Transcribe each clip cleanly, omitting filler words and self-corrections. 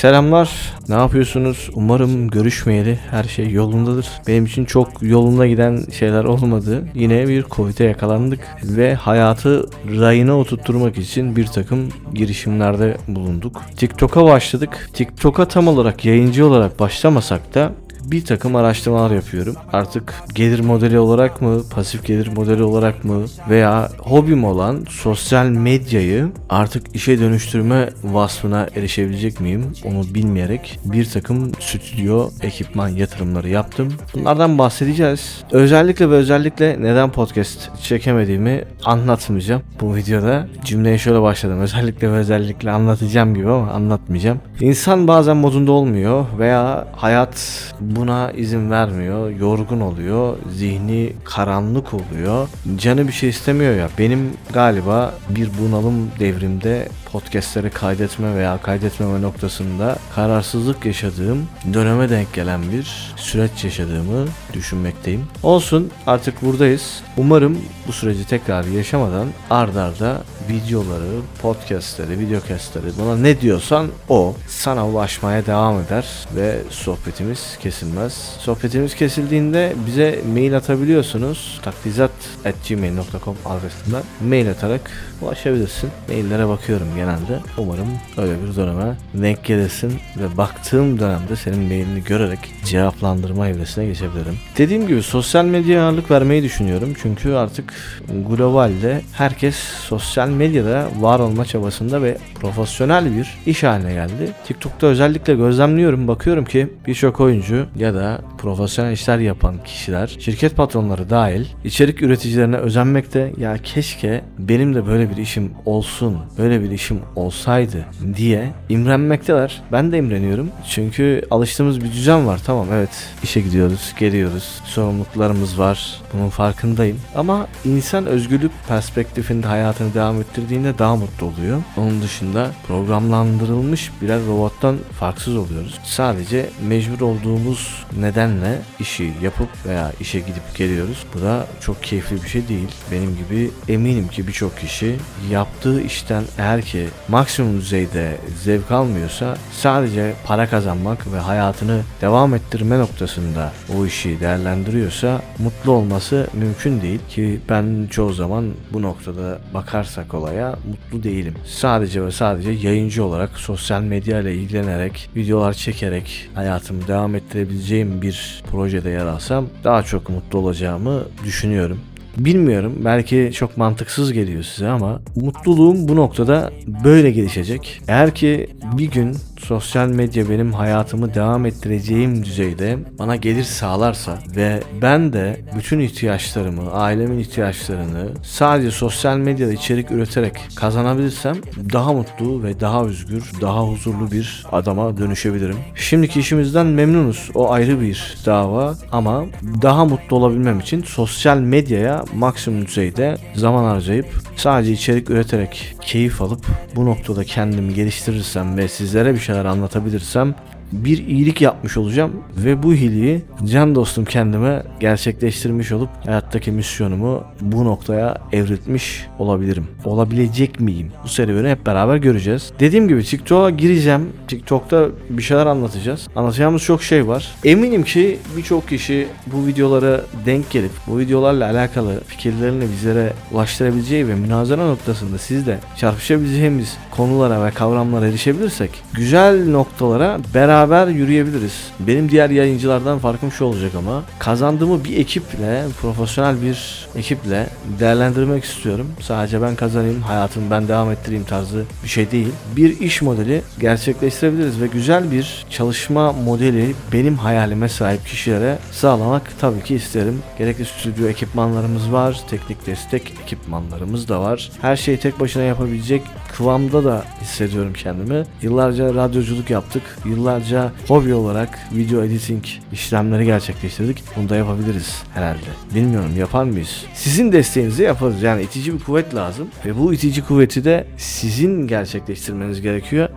Selamlar, ne yapıyorsunuz? Umarım görüşmeyeli her şey yolundadır. Benim için çok yolunda giden şeyler olmadı. Yine bir Covid'e yakalandık ve hayatı rayına oturtturmak için bir takım girişimlerde bulunduk. TikTok'a başladık. TikTok'a tam olarak yayıncı olarak başlamasak da bir takım araştırmalar yapıyorum. Artık gelir modeli olarak mı, pasif gelir modeli olarak mı veya hobim olan sosyal medyayı artık işe dönüştürme vasfına erişebilecek miyim? Onu bilmeyerek bir takım stüdyo ekipman yatırımları yaptım. Bunlardan bahsedeceğiz. Özellikle neden podcast çekemediğimi anlatmayacağım. Bu videoda cümleye şöyle başladım. Özellikle anlatacağım gibi ama anlatmayacağım. İnsan bazen modunda olmuyor veya hayat buna izin vermiyor, yorgun oluyor, zihni karanlık oluyor, canı bir şey istemiyor ya. Benim galiba bir bunalım devrimde podcastleri kaydetme veya kaydetmeme noktasında kararsızlık yaşadığım döneme denk gelen bir süreç yaşadığımı düşünmekteyim. Olsun, artık buradayız. Umarım bu süreci tekrar yaşamadan ard arda videoları, podcastleri, videocastleri, bana ne diyorsan o sana ulaşmaya devam eder ve sohbetimiz kesilmez. Sohbetimiz kesildiğinde bize mail atabiliyorsunuz. taklizat@gmail.com adresinden mail atarak ulaşabilirsin. Maillere bakıyorum genelde. Umarım öyle bir döneme denk gelirsin ve baktığım dönemde senin mailini görerek cevaplandırma evresine geçebilirim. Dediğim gibi sosyal medyaya ağırlık vermeyi düşünüyorum. Çünkü artık globalde herkes sosyal medyada var olma çabasında ve profesyonel bir iş haline geldi. TikTok'ta özellikle gözlemliyorum, bakıyorum ki birçok oyuncu ya da profesyonel işler yapan kişiler, şirket patronları dahil içerik üreticilerine özenmekte. Ya keşke benim de böyle bir işim olsun, böyle bir işim olsaydı diye imrenmekteler. Ben de imreniyorum. Çünkü alıştığımız bir düzen var. Tamam, evet, işe gidiyoruz, geliyoruz. Sorumluluklarımız var. Bunun farkındayım. Ama insan özgürlük perspektifinde hayatını devam ettirdiğinde daha mutlu oluyor. Onun dışında programlandırılmış birer robottan farksız oluyoruz. Sadece mecbur olduğumuz nedenle işi yapıp veya işe gidip geliyoruz. Bu da çok keyifli bir şey değil. Benim gibi eminim ki birçok kişi yaptığı işten eğer ki maksimum düzeyde zevk almıyorsa, sadece para kazanmak ve hayatını devam ettirme noktasında o işi değerlendiriyorsa mutlu olması mümkün değil ki ben çoğu zaman bu noktada bakarsak olaya mutlu değilim. Sadece ve sadece yayıncı olarak sosyal medya ile ilgilenerek, videolar çekerek hayatımı devam ettirebileceğim bir projede yer alsam daha çok mutlu olacağımı düşünüyorum. Bilmiyorum, belki çok mantıksız geliyor size ama mutluluğum bu noktada böyle gelişecek. Eğer ki bir gün sosyal medya benim hayatımı devam ettireceğim düzeyde bana gelir sağlarsa ve ben de bütün ihtiyaçlarımı, ailemin ihtiyaçlarını sadece sosyal medyada içerik üreterek kazanabilirsem daha mutlu ve daha özgür, daha huzurlu bir adama dönüşebilirim. Şimdiki işimizden memnunuz. O ayrı bir dava ama daha mutlu olabilmem için sosyal medyaya maksimum düzeyde zaman harcayıp sadece içerik üreterek keyif alıp bu noktada kendimi geliştirirsem ve sizlere bir şeyler anlatabilirsem bir iyilik yapmış olacağım ve bu iyiliği can dostum kendime gerçekleştirmiş olup hayattaki misyonumu bu noktaya evriltmiş olabilirim. Olabilecek miyim? Bu serüveni hep beraber göreceğiz. Dediğim gibi TikTok'a gireceğim. TikTok'ta bir şeyler anlatacağız. Anlatacağımız çok şey var. Eminim ki birçok kişi bu videolara denk gelip bu videolarla alakalı fikirlerini bizlere ulaştırabileceği ve münazara noktasında sizle çarpışabileceğimiz konulara ve kavramlara erişebilirsek güzel noktalara beraber yürüyebiliriz. Benim diğer yayıncılardan farkım şu olacak ama kazandığımı bir ekiple, profesyonel bir ekiple değerlendirmek istiyorum. Sadece ben kazanayım, hayatımı ben devam ettireyim tarzı bir şey değil. Bir iş modeli gerçekleştirebiliriz ve güzel bir çalışma modeli benim hayalime sahip kişilere sağlamak tabii ki isterim. Gerekli stüdyo ekipmanlarımız var, teknik destek ekipmanlarımız da var. Her şeyi tek başına yapabilecek kıvamda da hissediyorum kendimi. Yıllarca radyoculuk yaptık. Yıllarca hobi olarak video editing işlemleri gerçekleştirdik. Bunu da yapabiliriz herhalde. Bilmiyorum, yapar mıyız? Sizin desteğinizi yaparız. Yani itici bir kuvvet lazım. Ve bu itici kuvveti de sizin gerçekleştirmeniz gerekiyor.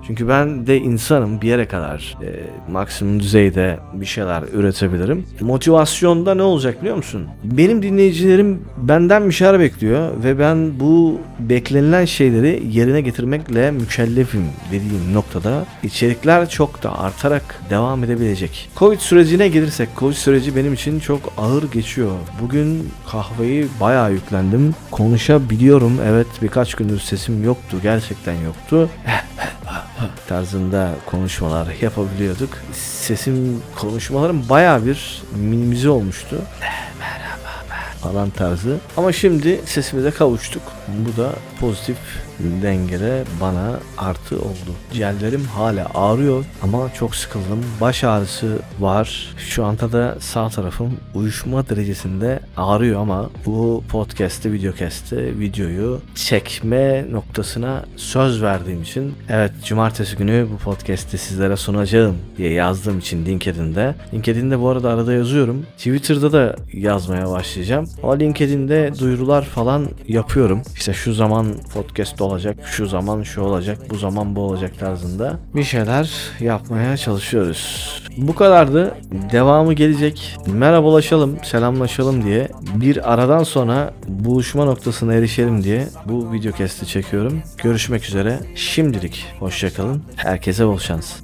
Çünkü ben de insanım, bir yere kadar maksimum düzeyde bir şeyler üretebilirim. Motivasyonda ne olacak biliyor musun? Benim dinleyicilerim benden bir şeyler bekliyor ve ben bu beklenilen şeyleri yerine getirmekle mükellefim dediğim noktada içerikler çok da artarak devam edebilecek. Covid sürecine gelirsek, Covid süreci benim için çok ağır geçiyor. Bugün kahveyi bayağı yüklendim. Konuşabiliyorum. Evet, birkaç gündür sesim yoktu. Gerçekten yoktu. Tarzında konuşmalar yapabiliyorduk. Konuşmalarım bayağı bir minimize olmuştu. Falan tarzı. Ama şimdi sesimize kavuştuk. Bu da pozitif dengede bana artı oldu. Ciğerlerim hala ağrıyor ama çok sıkıldım. Baş ağrısı var. Şu anda da sağ tarafım uyuşma derecesinde ağrıyor ama bu videoyu çekme noktasına söz verdiğim için, evet, cumartesi günü bu podcast'i sizlere sunacağım diye yazdığım için LinkedIn'de bu arada arada yazıyorum. Twitter'da da yazmaya başlayacağım. Ama LinkedIn'de duyurular falan yapıyorum. İşte şu zaman podcast olacak, şu zaman şu olacak, bu zaman bu olacak tarzında bir şeyler yapmaya çalışıyoruz. Bu kadardı. Devamı gelecek. Merhabalaşalım, selamlaşalım diye, bir aradan sonra buluşma noktasına erişelim diye bu videocast'i çekiyorum. Görüşmek üzere. Şimdilik hoşça kalın. Herkese bol şans.